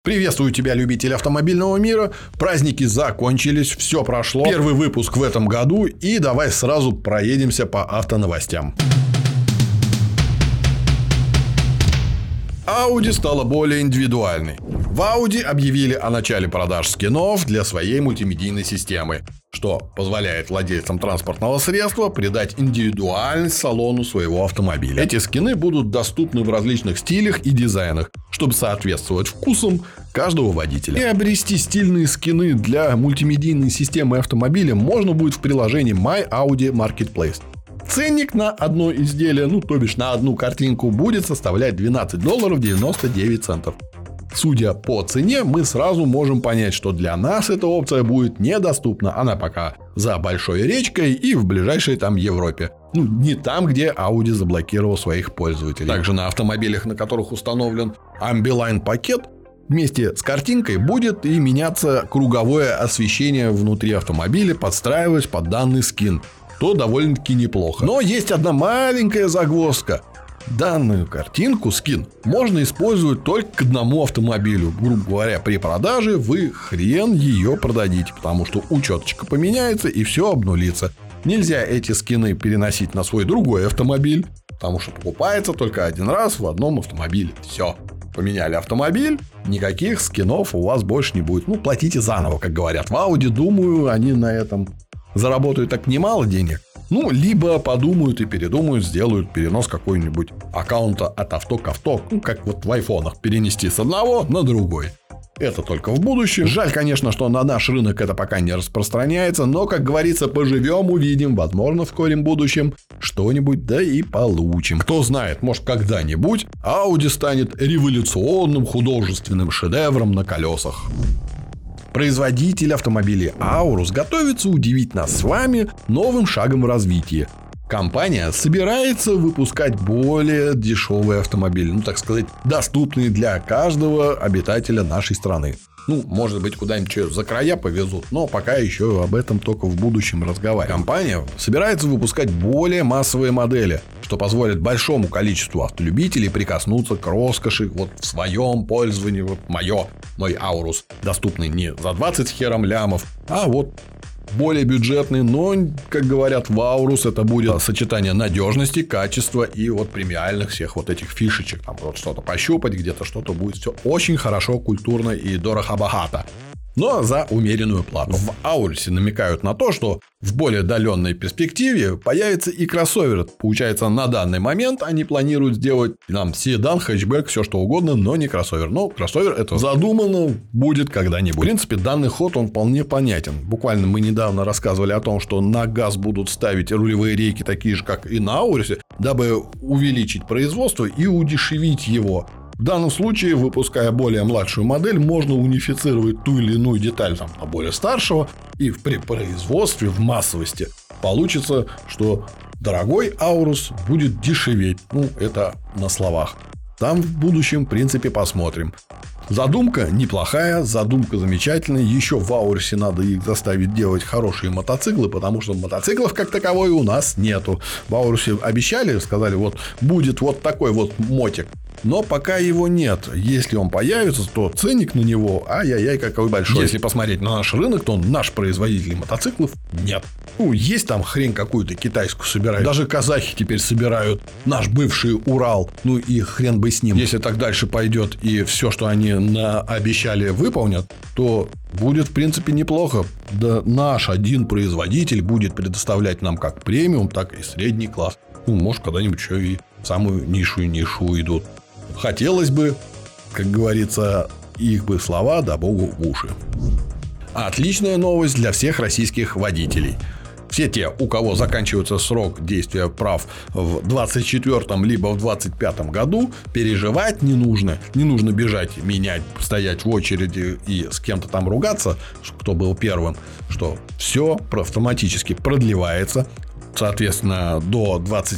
Приветствую тебя, любитель автомобильного мира. Праздники закончились, все прошло. Первый выпуск в этом году. И давай сразу проедемся по автоновостям. Audi стала более индивидуальной. В Audi объявили о начале продаж скинов для своей мультимедийной системы, что позволяет владельцам транспортного средства придать индивидуальность салону своего автомобиля. Эти скины будут доступны в различных стилях и дизайнах, чтобы соответствовать вкусам каждого водителя. И обрести стильные скины для мультимедийной системы автомобиля можно будет в приложении My Audi Marketplace. Ценник на одно изделие, то бишь на одну картинку, будет составлять $12.99. Судя по цене, мы сразу можем понять, что для нас эта опция будет недоступна. Она пока за большой речкой и в ближайшей там Европе. Не там, где Audi заблокировал своих пользователей. Также на автомобилях, на которых установлен Ambilight пакет, вместе с картинкой будет и меняться круговое освещение внутри автомобиля, подстраиваясь под данный скин. То довольно-таки неплохо. Но есть одна маленькая загвоздка. Данную картинку, скин, можно использовать только к одному автомобилю. Грубо говоря, при продаже вы хрен ее продадите, потому что учеточка поменяется и все обнулится. Нельзя эти скины переносить на свой другой автомобиль, потому что покупается только один раз в одном автомобиле. Все. Поменяли автомобиль, никаких скинов у вас больше не будет. Платите заново, как говорят. В Audi, думаю, они на этом заработают так немало денег. Либо подумают и передумают, сделают перенос какой-нибудь аккаунта от авто к авто. Как вот в айфонах. Перенести с одного на другой. Это только в будущем. Жаль, конечно, что на наш рынок это пока не распространяется. Но, как говорится, поживем, увидим. Возможно, в скором будущем что-нибудь да и получим. Кто знает, может, когда-нибудь Audi станет революционным художественным шедевром на колесах. Производитель автомобилей Aurus готовится удивить нас с вами новым шагом в развитии. Компания собирается выпускать более дешевые автомобили, так сказать, доступные для каждого обитателя нашей страны. Может быть, куда-нибудь за края повезут, но пока еще об этом только в будущем разговариваем. Компания собирается выпускать более массовые модели, что позволит большому количеству автолюбителей прикоснуться к роскоши в своем пользовании. Мой Aurus, доступный не за 20 хером лямов, а более бюджетный, но, как говорят, в Aurus это будет сочетание надежности, качества и премиальных всех этих фишечек. Там что-то пощупать, где-то что-то будет все очень хорошо, культурно и дорого-богато. Но за умеренную плату. В Aurus намекают на то, что в более отдаленной перспективе появится и кроссовер. Получается, на данный момент они планируют сделать нам седан, хэтчбэк, все что угодно, но не кроссовер. Но кроссовер это задумано будет когда-нибудь. В принципе, данный ход он вполне понятен. Буквально мы недавно рассказывали о том, что на газ будут ставить рулевые рейки такие же, как и на Aurus, дабы увеличить производство и удешевить его. В данном случае, выпуская более младшую модель, можно унифицировать ту или иную деталь на более старшего, и при производстве в массовости получится, что дорогой Aurus будет дешеветь. Это на словах. Там в будущем, в принципе, посмотрим. Задумка неплохая, задумка замечательная. Еще в Aurus надо их заставить делать хорошие мотоциклы, потому что мотоциклов как таковой у нас нету. В Aurus обещали, сказали, будет такой мотик. Но пока его нет. Если он появится, то ценник на него, ай-яй-яй, какой большой. Если посмотреть на наш рынок, то наш производитель мотоциклов нет. Есть там хрень какую-то китайскую собирают. Даже казахи теперь собирают наш бывший Урал. И хрен бы с ним. Если так дальше пойдет и все, что они обещали, выполнят, то будет, в принципе, неплохо. Да наш один производитель будет предоставлять нам как премиум, так и средний класс. Может, когда-нибудь еще и в самую нишу идут. Хотелось бы, как говорится, их бы слова да богу в уши. Отличная новость для всех российских водителей. Все те, у кого заканчивается срок действия прав в 2024 либо в 2025 году, переживать не нужно. Не нужно бежать, менять, стоять в очереди и с кем-то там ругаться, кто был первым. Что все автоматически продлевается. Соответственно, до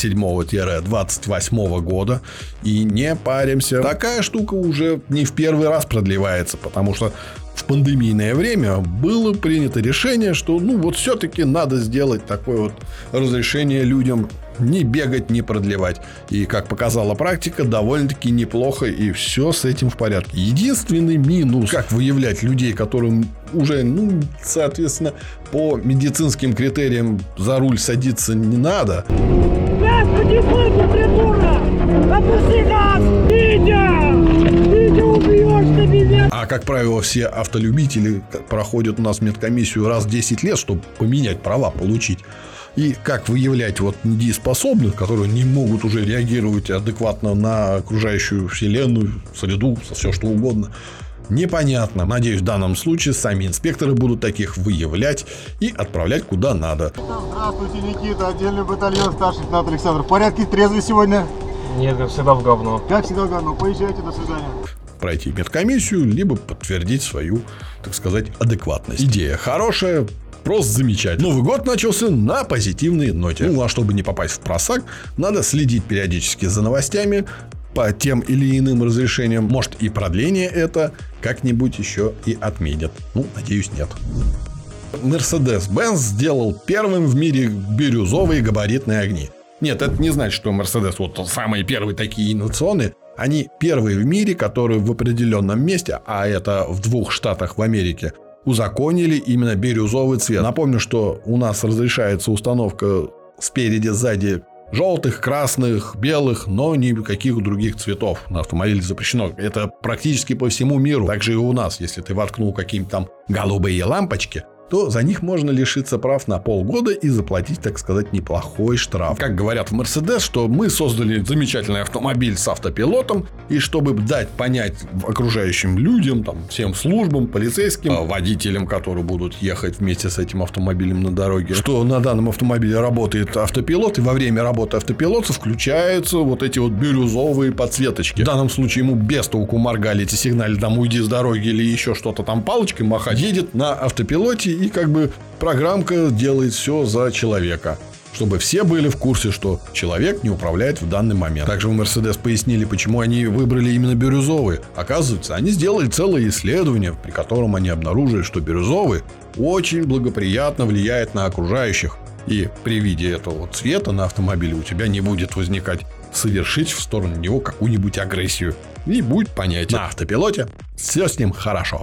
27-28 года. И не паримся. Такая штука уже не в первый раз продлевается, потому что в пандемийное время было принято решение, что все-таки надо сделать такое разрешение людям ни бегать, ни продлевать. И, как показала практика, довольно-таки неплохо, и все с этим в порядке. Единственный минус, как выявлять людей, которым уже, соответственно, по медицинским критериям за руль садиться не надо. Опусти газ! Витя, убьешь ты меня! А, как правило, все автолюбители проходят у нас медкомиссию раз в 10 лет, чтобы поменять права, получить. И как выявлять недееспособных, которые не могут уже реагировать адекватно на окружающую вселенную, среду, все что угодно, непонятно. Надеюсь, в данном случае сами инспекторы будут таких выявлять и отправлять куда надо. Здравствуйте, Никита, отдельный батальон, старший лейтенант Александр. В порядке, трезвый сегодня? Нет, как всегда в говно. Как всегда в говно. Поезжайте, до свидания. Пройти медкомиссию, либо подтвердить свою, так сказать, адекватность. Идея хорошая, просто замечательно. Новый год начался на позитивной ноте. А чтобы не попасть в просак, надо следить периодически за новостями по тем или иным разрешениям. Может, и продление это как-нибудь еще и отменят. Надеюсь, нет. Mercedes-Benz сделал первым в мире бирюзовые габаритные огни. Нет, это не значит, что Mercedes самые первые такие инновационные. Они первые в мире, которые в определенном месте, а это в 2 штатах в Америке, узаконили именно бирюзовый цвет. Напомню, что у нас разрешается установка спереди, сзади желтых, красных, белых, но никаких других цветов на автомобиле запрещено. Это практически по всему миру. Также и у нас. Если ты воткнул какие-то там голубые лампочки, то за них можно лишиться прав на полгода и заплатить, так сказать, неплохой штраф. Как говорят в Mercedes, что мы создали замечательный автомобиль с автопилотом, и чтобы дать понять окружающим людям, всем службам, полицейским, водителям, которые будут ехать вместе с этим автомобилем на дороге, что на данном автомобиле работает автопилот, и во время работы автопилота включаются эти бирюзовые подсветочки. В данном случае ему без толку моргали эти сигнали, уйди с дороги или еще что-то палочкой махать, едет на автопилоте, и программка делает все за человека. Чтобы все были в курсе, что человек не управляет в данный момент. Также в Mercedes пояснили, почему они выбрали именно бирюзовые. Оказывается, они сделали целое исследование, при котором они обнаружили, что бирюзовый очень благоприятно влияет на окружающих. И при виде этого цвета на автомобиле у тебя не будет возникать совершить в сторону него какую-нибудь агрессию. И будет понятие. На автопилоте все с ним хорошо.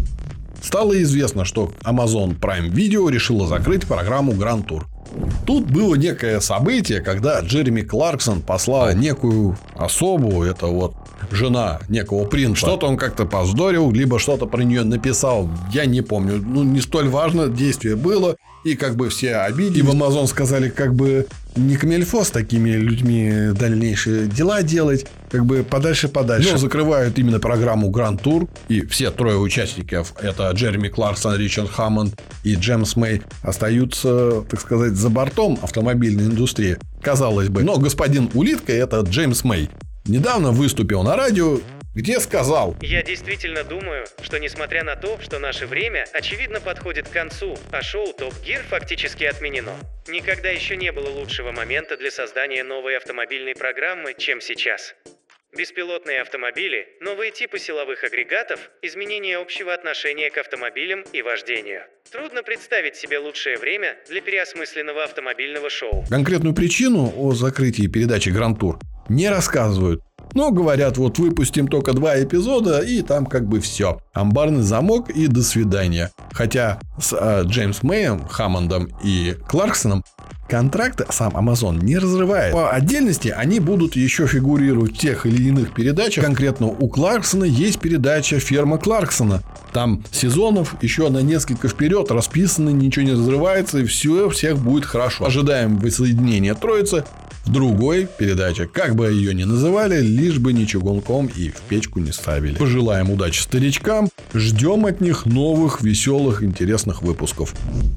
Стало известно, что Amazon Prime Video решила закрыть программу Grand Tour. Тут было некое событие, когда Джереми Кларксон послал некую особу, это жена некого принца. Что-то он как-то поздорил, либо что-то про нее написал, я не помню. Не столь важно, действие было, и все обиделись. И в Amazon сказали, не камильфо с такими людьми дальнейшие дела делать, подальше. Но закрывают именно программу Grand Tour, и все 3 участников, это Джереми Кларксон, Ричард Хаммонд и Джеймс Мэй, остаются, так сказать, за бортом автомобильной индустрии. Казалось бы. Но господин Улитка, это Джеймс Мэй, недавно выступил на радио, где сказал: «Я действительно думаю, что несмотря на то, что наше время очевидно подходит к концу, а шоу Top Gear фактически отменено, никогда еще не было лучшего момента для создания новой автомобильной программы, чем сейчас. Беспилотные автомобили, новые типы силовых агрегатов, изменение общего отношения к автомобилям и вождению. Трудно представить себе лучшее время для переосмысленного автомобильного шоу». Конкретную причину о закрытии передачи Grand Tour не рассказывают. Но говорят, выпустим только 2 эпизода, и там все. Амбарный замок и до свидания. Хотя с Джеймс Мэем, Хаммондом и Кларксоном контракты сам Amazon не разрывает. По отдельности они будут еще фигурировать в тех или иных передачах. Конкретно у Кларксона есть передача «Ферма Кларксона». Там сезонов еще на несколько вперед расписано, ничего не разрывается, и всех будет хорошо. Ожидаем воссоединения троицы в другой передаче. Как бы ее ни называли, лишь бы не чугунком и в печку не ставили. Пожелаем удачи старичкам. Ждем от них новых, веселых, интересных выпусков.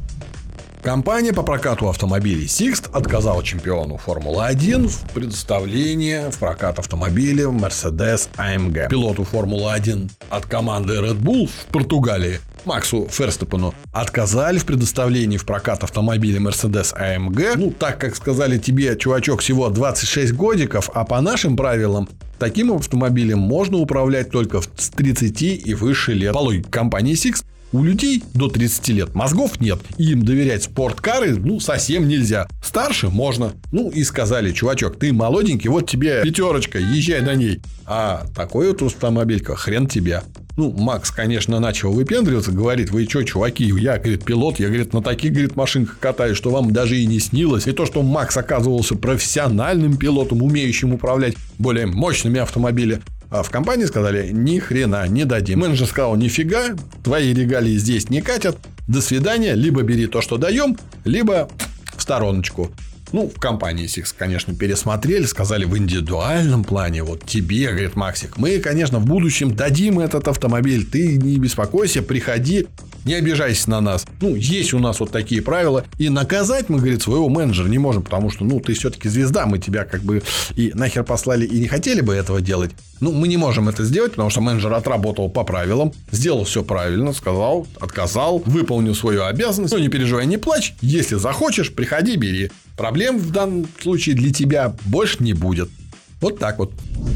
Компания по прокату автомобилей Sixt отказала чемпиону Формулы-1 в предоставлении в прокат автомобиля Mercedes AMG. Пилоту Формулы-1 от команды Red Bull в Португалии Максу Ферстаппену отказали в предоставлении в прокат автомобиля Mercedes AMG. Так как сказали тебе, чувачок, всего 26 годиков, а по нашим правилам таким автомобилем можно управлять только с 30 и выше лет. По логике компании Sixt, У людей до 30 лет мозгов нет. И им доверять спорткары, совсем нельзя. Старше можно. И сказали: чувачок, ты молоденький, вот тебе 5, езжай на ней. А такой вот автомобилька, хрен тебя. Макс, конечно, начал выпендриваться, говорит: вы что, чуваки, я, говорит, пилот, я, говорит, на таких, говорит, машинках катаюсь, что вам даже и не снилось. И то, что Макс оказывался профессиональным пилотом, умеющим управлять более мощными автомобилями. А в компании сказали: ни хрена не дадим. Менеджер сказал: нифига, твои регалии здесь не катят. До свидания, либо бери то, что даем, либо в стороночку. В компании Six, конечно, пересмотрели, сказали: в индивидуальном плане, вот тебе, говорит Максик, мы, конечно, в будущем дадим этот автомобиль, ты не беспокойся, приходи, не обижайся на нас. Есть у нас вот такие правила, и наказать мы, говорит, своего менеджера не можем, потому что, ты все-таки звезда, мы тебя как бы и нахер послали, и не хотели бы этого делать. Мы не можем это сделать, потому что менеджер отработал по правилам, сделал все правильно, сказал, отказал, выполнил свою обязанность. Не переживай, не плачь, если захочешь, приходи, бери. Проблем в данном случае для тебя больше не будет. Вот так вот.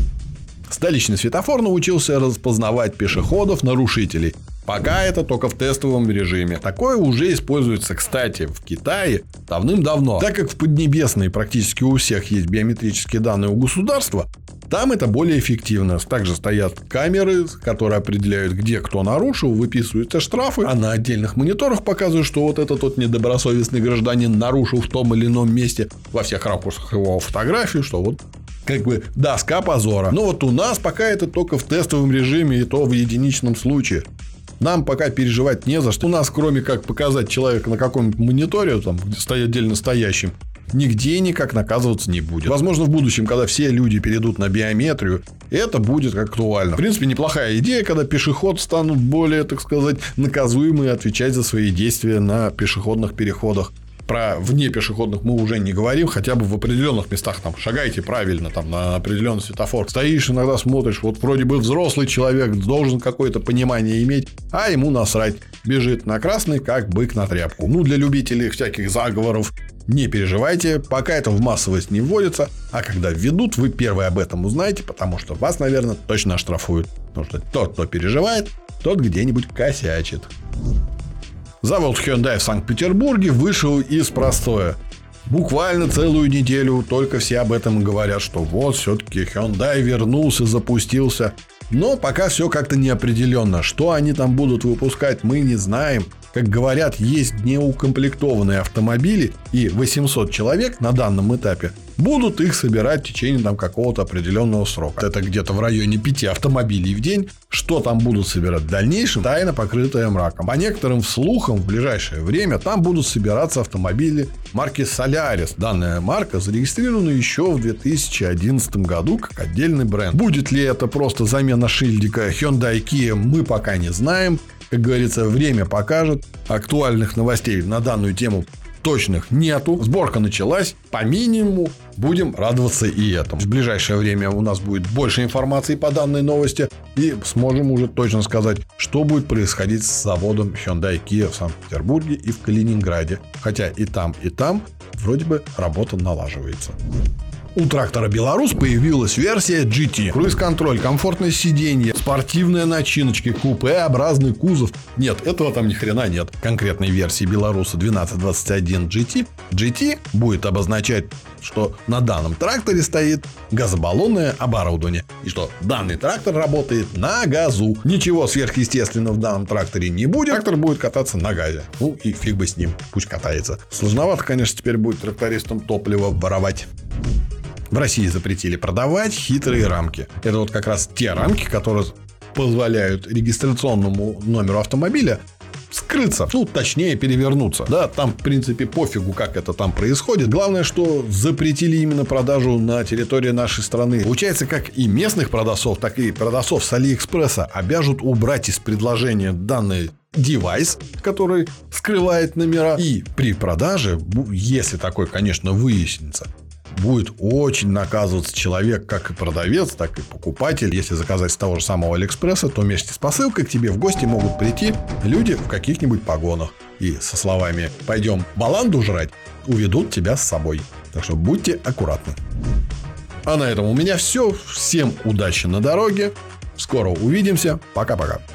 Столичный светофор научился распознавать пешеходов-нарушителей. Пока это только в тестовом режиме. Такое уже используется, кстати, в Китае давным-давно. Так как в Поднебесной практически у всех есть биометрические данные у государства, там это более эффективно. Также стоят камеры, которые определяют, где кто нарушил, выписываются штрафы, а на отдельных мониторах показывают, что вот этот вот недобросовестный гражданин нарушил в том или ином месте, во всех ракурсах его фотографию, что вот как бы доска позора. Но вот у нас пока это только в тестовом режиме, и то в единичном случае. Нам пока переживать не за что. У нас, кроме как показать человека на каком-нибудь мониторе, там, где отдельно стоящим, нигде никак наказываться не будет. Возможно, в будущем, когда все люди перейдут на биометрию, это будет актуально. В принципе, неплохая идея, когда пешеходы станут более, так сказать, наказуемы и отвечать за свои действия на пешеходных переходах. Про вне пешеходных мы уже не говорим, хотя бы в определенных местах там шагайте правильно, там на определенный светофор. Стоишь, иногда смотришь, вот вроде бы взрослый человек должен какое-то понимание иметь, а ему насрать. Бежит на красный, как бык на тряпку. Для любителей всяких заговоров не переживайте, пока это в массовость не вводится, а когда введут, вы первые об этом узнаете, потому что вас, наверное, точно оштрафуют. Потому что тот, кто переживает, тот где-нибудь косячит. Завод Hyundai в Санкт-Петербурге вышел из простоя. Буквально целую неделю только все об этом и говорят, что вот все-таки Hyundai вернулся, запустился. Но пока все как-то неопределенно. Что они там будут выпускать, мы не знаем. Как говорят, есть неукомплектованные автомобили, и 800 человек на данном этапе будут их собирать в течение какого-то определенного срока. Это где-то в районе 5 автомобилей в день. Что там будут собирать в дальнейшем, тайна, покрытая мраком. По некоторым слухам, в ближайшее время там будут собираться автомобили марки Solaris. Данная марка зарегистрирована еще в 2011 году как отдельный бренд. Будет ли это просто замена шильдика Hyundai Kia, мы пока не знаем. Как говорится, время покажет. Актуальных новостей на данную тему точных нету. Сборка началась. По минимуму будем радоваться и этому. В ближайшее время у нас будет больше информации по данной новости. И сможем уже точно сказать, что будет происходить с заводом Hyundai Kia в Санкт-Петербурге и в Калининграде. Хотя и там вроде бы работа налаживается. У трактора «Беларус» появилась версия GT. Круиз-контроль, комфортное сиденье, спортивные начиночки, купе-образный кузов. Нет, этого там ни хрена нет. Конкретной версии «Беларуса» 1221 GT. GT будет обозначать, что на данном тракторе стоит газобаллонное оборудование. И что данный трактор работает на газу. Ничего сверхъестественного в данном тракторе не будет. Трактор будет кататься на газе. И фиг бы с ним. Пусть катается. Сложновато, конечно, теперь будет трактористам топливо воровать. В России запретили продавать хитрые рамки. Это вот как раз те рамки, которые позволяют регистрационному номеру автомобиля скрыться, точнее перевернуться. Да, там в принципе пофигу, как это там происходит. Главное, что запретили именно продажу на территории нашей страны. Получается, как и местных продавцов, так и продавцов с Алиэкспресса обяжут убрать из предложения данный девайс, который скрывает номера. И при продаже, если такой, конечно, выяснится, будет очень наказываться человек, как и продавец, так и покупатель. Если заказать с того же самого Алиэкспресса, то вместе с посылкой к тебе в гости могут прийти люди в каких-нибудь погонах. И со словами «пойдем баланду жрать» уведут тебя с собой. Так что будьте аккуратны. А на этом у меня все. Всем удачи на дороге. Скоро увидимся. Пока-пока.